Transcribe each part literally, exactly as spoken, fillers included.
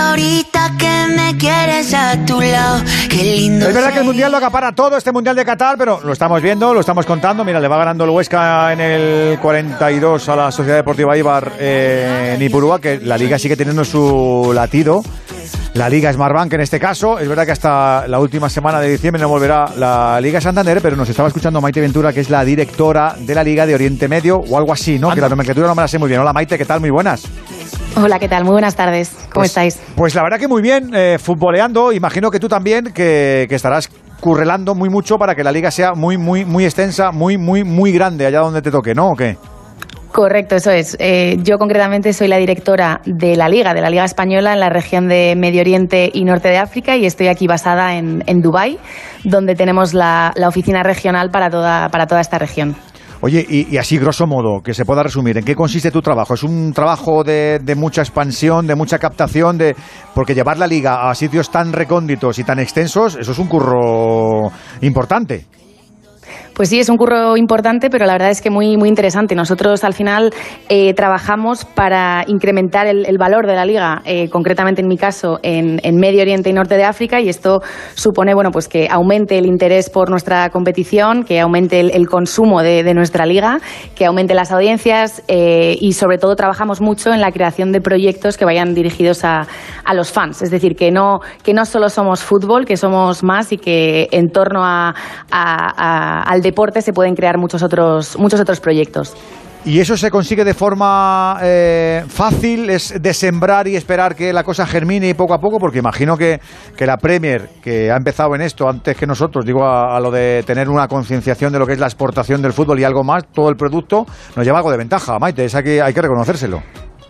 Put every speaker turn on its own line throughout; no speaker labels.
ahorita que me quieres a tu lado. Qué lindo.
Es verdad que el Mundial lo acapara todo, este Mundial de Qatar, pero lo estamos viendo, lo estamos contando. Mira, le va ganando el Huesca en el cuarenta y dos a la Sociedad Deportiva Eibar eh, en Ipurúa, que la Liga sigue teniendo su latido. La Liga Smartbank en este caso. Es verdad que hasta la última semana de diciembre no volverá la Liga Santander, pero nos estaba escuchando Maite Ventura, que es la directora de la Liga de Oriente Medio, o algo así, ¿no? Anda. Que la nomenclatura no me la sé muy bien. Hola Maite, ¿qué tal? Muy buenas.
Hola, ¿qué tal? Muy buenas tardes. ¿Cómo
pues,
estáis?
Pues la verdad que muy bien, eh, futboleando. Imagino que tú también, que, que estarás currelando muy mucho para que la Liga sea muy, muy, muy extensa, muy, muy, muy grande, allá donde te toque, ¿no? ¿O qué?
Correcto, eso es. Eh, yo concretamente soy la directora de la Liga, de la Liga Española en la región de Medio Oriente y Norte de África, y estoy aquí basada en, en Dubái, donde tenemos la, la oficina regional para toda, para toda esta región.
Oye, y, y así grosso modo, que se pueda resumir, ¿en qué consiste tu trabajo? ¿Es un trabajo de, de mucha expansión, de mucha captación? De porque llevar la Liga a sitios tan recónditos y tan extensos, eso es un curro importante.
Pues sí, es un curro importante, pero la verdad es que muy, muy interesante. Nosotros al final eh, trabajamos para incrementar el, el valor de la Liga, eh, concretamente en mi caso en, en Medio Oriente y Norte de África, y esto supone bueno, pues que aumente el interés por nuestra competición, que aumente el, el consumo de, de nuestra Liga, que aumente las audiencias eh, y sobre todo trabajamos mucho en la creación de proyectos que vayan dirigidos a, a los fans. Es decir, que no, que no solo somos fútbol, que somos más y que en torno a, a, a, al deporte se pueden crear muchos otros, muchos otros proyectos.
¿Y eso se consigue de forma eh, fácil? ¿Es de sembrar y esperar que la cosa germine y poco a poco? Porque imagino que, que la Premier, que ha empezado en esto antes que nosotros, digo a, a lo de tener una concienciación de lo que es la exportación del fútbol y algo más, todo el producto, nos lleva algo de ventaja, Maite, es aquí, hay que reconocérselo.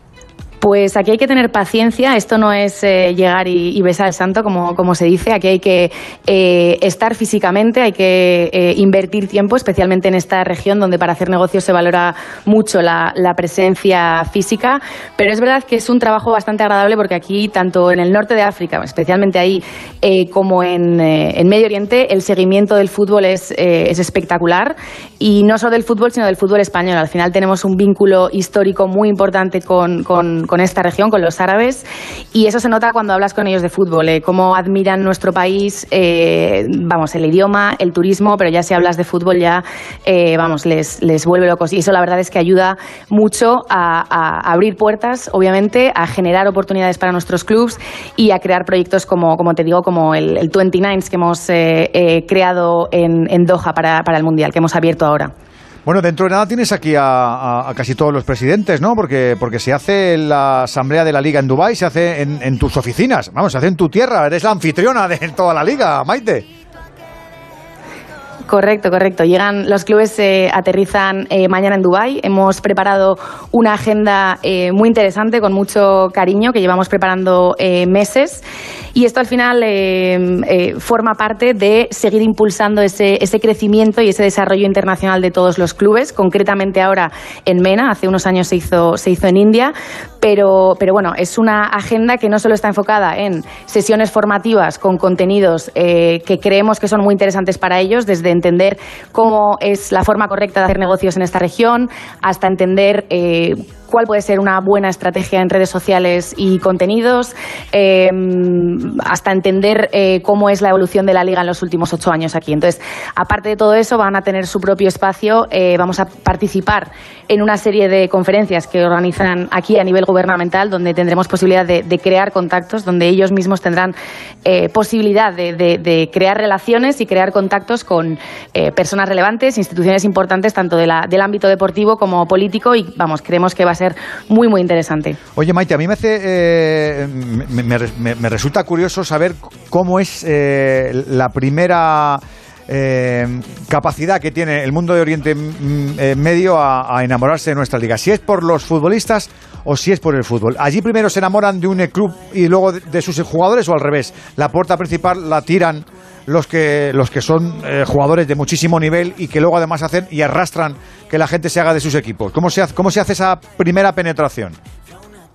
Pues aquí hay que tener paciencia, esto no es eh, llegar y, y besar el santo, como, como se dice, aquí hay que eh, estar físicamente, hay que eh, invertir tiempo, especialmente en esta región donde para hacer negocios se valora mucho la, la presencia física, pero es verdad que es un trabajo bastante agradable porque aquí, tanto en el norte de África, especialmente ahí, eh, como en, eh, en Medio Oriente, el seguimiento del fútbol es, eh, es espectacular, y no solo del fútbol, sino del fútbol español. Al final tenemos un vínculo histórico muy importante con, con con esta región, con los árabes, y eso se nota cuando hablas con ellos de fútbol, eh, cómo admiran nuestro país, eh, vamos, el idioma, el turismo, pero ya si hablas de fútbol ya, eh, vamos, les, les vuelve locos, y eso la verdad es que ayuda mucho a, a abrir puertas, obviamente, a generar oportunidades para nuestros clubs y a crear proyectos como, como te digo, como el, el veintinueve que hemos eh, eh, creado en, en Doha para, para el Mundial, que hemos abierto ahora.
Bueno, dentro de nada tienes aquí a, a, a casi todos los presidentes, ¿no? Porque, porque se hace la asamblea de la Liga en Dubái, se hace en, en tus oficinas, vamos, se hace en tu tierra, eres la anfitriona de toda la Liga, Maite.
Correcto, correcto. Llegan los clubes, eh, aterrizan eh, mañana en Dubái. Hemos preparado una agenda eh, muy interesante con mucho cariño que llevamos preparando eh, meses, y esto al final eh, eh, forma parte de seguir impulsando ese, ese crecimiento y ese desarrollo internacional de todos los clubes. Concretamente ahora en MENA, hace unos años se hizo, se hizo en India, pero, pero bueno, es una agenda que no solo está enfocada en sesiones formativas con contenidos eh, que creemos que son muy interesantes para ellos, desde entender cómo es la forma correcta de hacer negocios en esta región, hasta entender eh, cuál puede ser una buena estrategia en redes sociales y contenidos, eh, hasta entender eh, cómo es la evolución de la Liga en los últimos ocho años aquí. Entonces, aparte de todo eso, van a tener su propio espacio, eh, vamos a participar en una serie de conferencias que organizan aquí a nivel gubernamental, donde tendremos posibilidad de, de crear contactos, donde ellos mismos tendrán eh, posibilidad de, de, de crear relaciones y crear contactos con eh, personas relevantes, instituciones importantes, tanto de la, del ámbito deportivo como político, y vamos, creemos que va a ser muy, muy interesante.
Oye, Maite, a mí me hace eh, me, me, me, me resulta curioso saber cómo es eh, la primera eh, capacidad que tiene el mundo de Oriente eh, Medio a, a enamorarse de nuestra liga. Si es por los futbolistas o si es por el fútbol. Allí primero se enamoran de un club y luego de, de sus jugadores, o al revés. La puerta principal la tiran los que los que son eh, jugadores de muchísimo nivel y que luego además hacen y arrastran que la gente se haga de sus equipos. ¿Cómo se hace, cómo se hace esa primera penetración?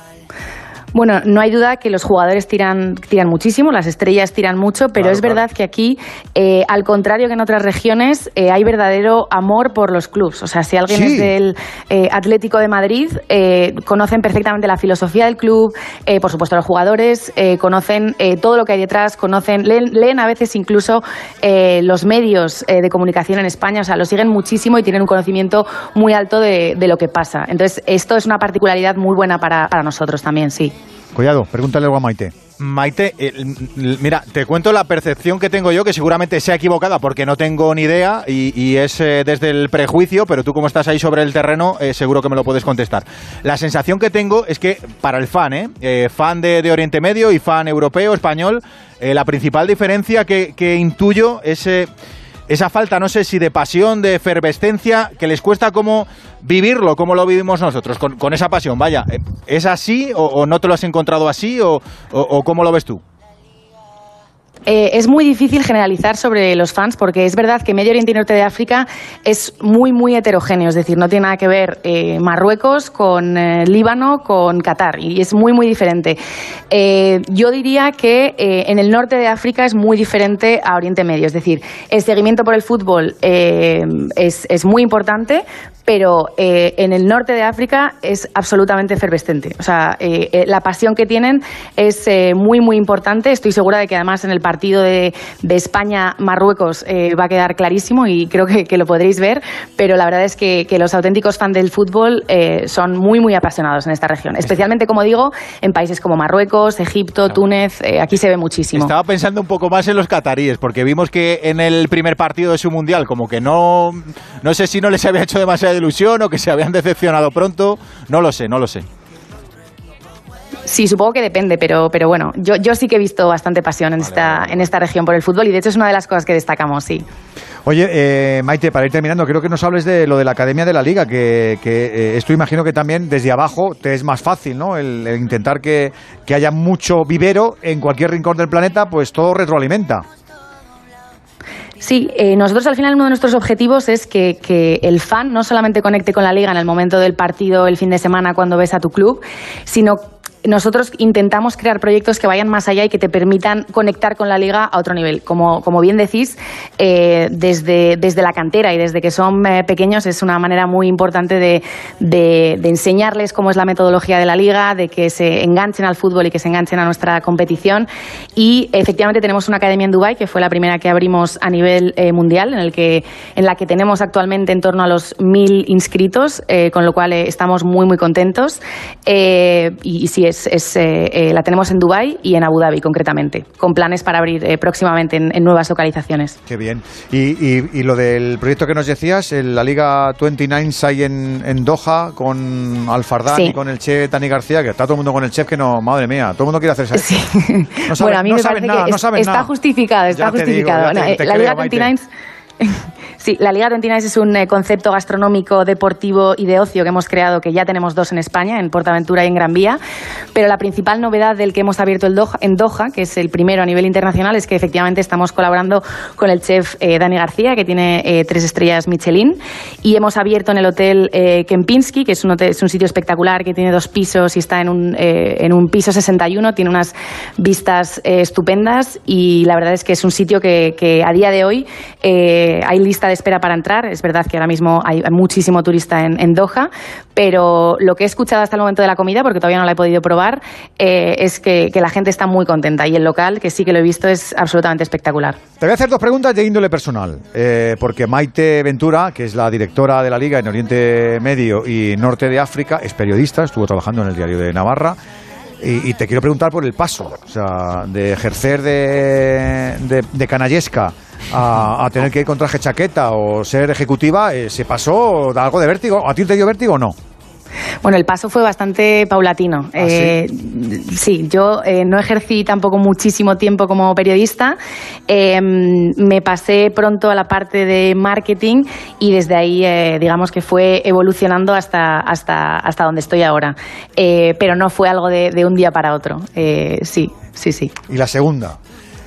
Bueno, no hay duda que los jugadores tiran, tiran muchísimo, las estrellas tiran mucho, pero claro, es verdad claro. que aquí, eh, al contrario que en otras regiones, eh, hay verdadero amor por los clubs. O sea, si alguien sí. es del eh, Atlético de Madrid, eh, conocen perfectamente la filosofía del club, eh, por supuesto los jugadores, eh, conocen eh, todo lo que hay detrás, conocen, leen, leen a veces incluso eh, los medios eh, de comunicación en España, o sea, lo siguen muchísimo y tienen un conocimiento muy alto de, de lo que pasa. Entonces, esto es una particularidad muy buena para, para nosotros también, sí.
Collado, pregúntale algo a Maite.
Maite, eh, mira, te cuento la percepción que tengo yo, que seguramente sea equivocada porque no tengo ni idea y, y es eh, desde el prejuicio, pero tú como estás ahí sobre el terreno, eh, seguro que me lo puedes contestar. La sensación que tengo es que para el fan, eh, eh fan de, de Oriente Medio y fan europeo, español, eh, la principal diferencia que, que intuyo es... Eh, esa falta, no sé si de pasión, de efervescencia, que les cuesta como vivirlo, como lo vivimos nosotros, con, con esa pasión. Vaya, ¿es así o, o no te lo has encontrado así o, o, o cómo lo ves tú?
Eh, es muy difícil generalizar sobre los fans porque es verdad que Medio Oriente y Norte de África es muy, muy heterogéneo. Es decir, no tiene nada que ver eh, Marruecos con eh, Líbano, con Qatar, y es muy, muy diferente. Eh, yo diría que eh, en el norte de África es muy diferente a Oriente Medio. Es decir, el seguimiento por el fútbol eh, es, es muy importante, pero eh, en el norte de África es absolutamente efervescente. O sea, eh, eh, la pasión que tienen es eh, muy, muy importante. Estoy segura de que además en el partido de, de España-Marruecos eh, va a quedar clarísimo y creo que, que lo podréis ver, pero la verdad es que, que los auténticos fans del fútbol eh, son muy, muy apasionados en esta región. Especialmente, como digo, en países como Marruecos, Egipto, Túnez, eh, aquí se ve muchísimo.
Estaba pensando un poco más en los cataríes, porque vimos que en el primer partido de su Mundial como que no, no sé si no les había hecho demasiada ilusión o que se habían decepcionado pronto, no lo sé, no lo sé.
Sí, supongo que depende, pero, pero bueno, yo, yo sí que he visto bastante pasión en, vale, esta, vale, vale. en esta región por el fútbol y de hecho es una de las cosas que destacamos, sí.
Oye, eh, Maite, para ir terminando, creo que nos hables de lo de la Academia de la Liga, que, que eh, esto imagino que también desde abajo te es más fácil, ¿no? El, el intentar que, que haya mucho vivero en cualquier rincón del planeta, pues todo retroalimenta.
Sí, eh, nosotros al final uno de nuestros objetivos es que, que el fan no solamente conecte con la Liga en el momento del partido, el fin de semana, cuando ves a tu club, sino nosotros intentamos crear proyectos que vayan más allá y que te permitan conectar con la Liga a otro nivel. Como, como bien decís, eh, desde, desde la cantera y desde que son eh, pequeños es una manera muy importante de, de, de enseñarles cómo es la metodología de la Liga, de que se enganchen al fútbol y que se enganchen a nuestra competición. Y efectivamente tenemos una academia en Dubái, que fue la primera que abrimos a nivel eh, mundial, en, el que, en la que tenemos actualmente en torno a los mil inscritos, eh, con lo cual eh, estamos muy, muy contentos. Eh, y, y sí, es Es, es, eh, eh, la tenemos en Dubái y en Abu Dhabi concretamente, con planes para abrir eh, próximamente en, en nuevas localizaciones.
Qué bien. Y, y, y lo del proyecto que nos decías, la Liga veintinueve hay en, en Doha con Al Fardán, sí, y con el chef Dani García, que está todo el mundo con el chef, que no, madre mía, todo el mundo quiere hacerse eso.
Sí.
No saben,
bueno, a mí
no
me parece
nada,
que
no
es, está
nada.
justificado, está
ya
justificado.
Te digo, te, te
la
creo,
Liga
Maite.
veintinueve Sí, la Liga veintinueve es un eh, concepto gastronómico, deportivo y de ocio que hemos creado, que ya tenemos dos en España, en Portaventura y en Gran Vía, pero la principal novedad del que hemos abierto el Doha, en Doha, que es el primero a nivel internacional, es que efectivamente estamos colaborando con el chef eh, Dani García, que tiene eh, tres estrellas Michelin, y hemos abierto en el hotel eh, Kempinski, que es un, hotel, es un sitio espectacular, que tiene dos pisos y está en un, eh, en un piso sesenta y uno, tiene unas vistas eh, estupendas y la verdad es que es un sitio que, que a día de hoy eh, hay lista de espera para entrar. Es verdad que ahora mismo hay muchísimo turista en, en Doha, pero lo que he escuchado hasta el momento de la comida, porque todavía no la he podido probar, eh, es que, que la gente está muy contenta y el local, que sí que lo he visto, es absolutamente espectacular.
Te voy a hacer dos preguntas de índole personal, eh, porque Maite Ventura, que es la directora de la Liga en Oriente Medio y Norte de África, es periodista, estuvo trabajando en el Diario de Navarra. Y, y te quiero preguntar por el paso, o sea, de ejercer de, de, de canallesca a, a tener que ir con traje chaqueta o ser ejecutiva, eh, ¿se pasó da algo de vértigo? ¿A ti te dio vértigo o no?
Bueno, el paso fue bastante paulatino.
¿Ah,
eh,
sí?
sí, yo eh, no ejercí tampoco muchísimo tiempo como periodista. Eh, me pasé pronto a la parte de marketing y desde ahí, eh, digamos que fue evolucionando hasta, hasta, hasta donde estoy ahora. Eh, pero no fue algo de, de un día para otro. Eh, sí, sí, sí.
Y la segunda,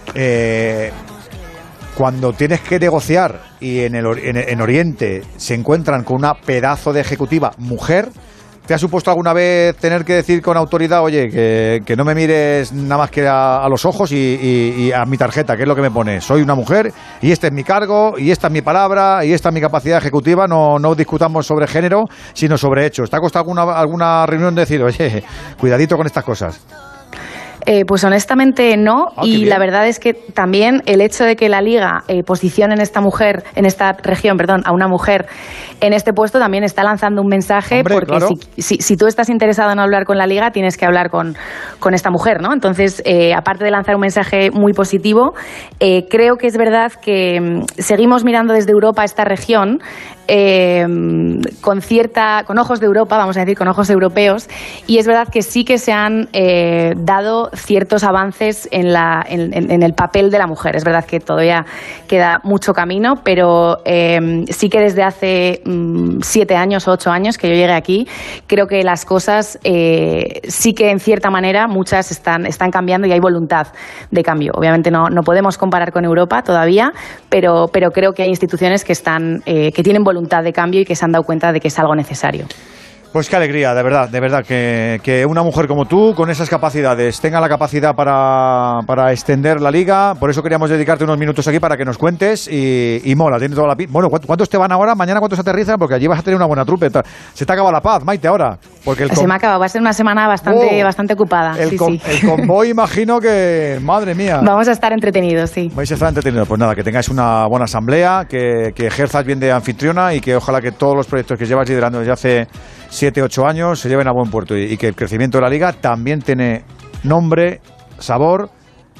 eh, cuando tienes que negociar y en, el, en, en Oriente se encuentran con una pedazo de ejecutiva mujer, ¿Te ha supuesto alguna vez tener que decir con autoridad, oye, que, que no me mires nada más que a, a los ojos y, y, y a mi tarjeta, que es lo que me pone? Soy una mujer y este es mi cargo y esta es mi palabra y esta es mi capacidad ejecutiva. No, no discutamos sobre género, sino sobre hechos. ¿Te ha costado alguna, alguna reunión decir, oye, cuidadito con estas cosas?
Eh, pues honestamente no,
oh,
y la verdad es que también el hecho de que la Liga eh, posicione en esta mujer, en esta región, perdón, a una mujer en este puesto también está lanzando un mensaje. Hombre, porque claro. si, si, si tú estás interesado en hablar con la Liga, tienes que hablar con, con esta mujer, ¿no? Entonces, eh, aparte de lanzar un mensaje muy positivo, eh, creo que es verdad que mmm, seguimos mirando desde Europa esta región eh, con cierta, con ojos de Europa, vamos a decir, con ojos europeos, y es verdad que sí que se han eh, dado ciertos avances en, la, en, en, en el papel de la mujer. Es verdad que todavía queda mucho camino, pero eh, sí que desde hace mmm, siete años o ocho años que yo llegué aquí, creo que las cosas eh, sí que en cierta manera muchas están, están cambiando y hay voluntad de cambio. Obviamente no, no podemos comparar con Europa todavía, pero, pero creo que hay instituciones que, están, eh, que tienen voluntad de cambio y que se han dado cuenta de que es algo necesario.
Pues qué alegría, de verdad, de verdad, que, que una mujer como tú, con esas capacidades, tenga la capacidad para, para extender la Liga. Por eso queríamos dedicarte unos minutos aquí para que nos cuentes y, y mola, tiene toda la pinta. Bueno, ¿cuántos te van ahora? ¿Mañana cuántos aterrizan? Porque allí vas a tener una buena trupe. Se te ha acabado la paz, Maite, ahora. Porque el
Se me ha acabado, va a ser una semana bastante, oh, bastante ocupada.
El,
sí,
con,
sí.
el convoy, imagino que, madre mía.
Vamos a estar entretenidos, sí.
Vais a estar entretenidos. Pues nada, que tengáis una buena asamblea, que, que ejerzas bien de anfitriona y que ojalá que todos los proyectos que llevas liderando desde hace siete, ocho años se lleven a buen puerto y, y que el crecimiento de la Liga también tiene nombre, sabor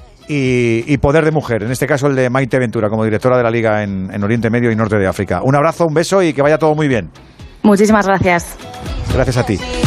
y, y poder de mujer. En este caso el de Maite Ventura como directora de la Liga en, en Oriente Medio y Norte de África. Un abrazo, un beso y que vaya todo muy bien.
Muchísimas gracias.
Gracias a ti.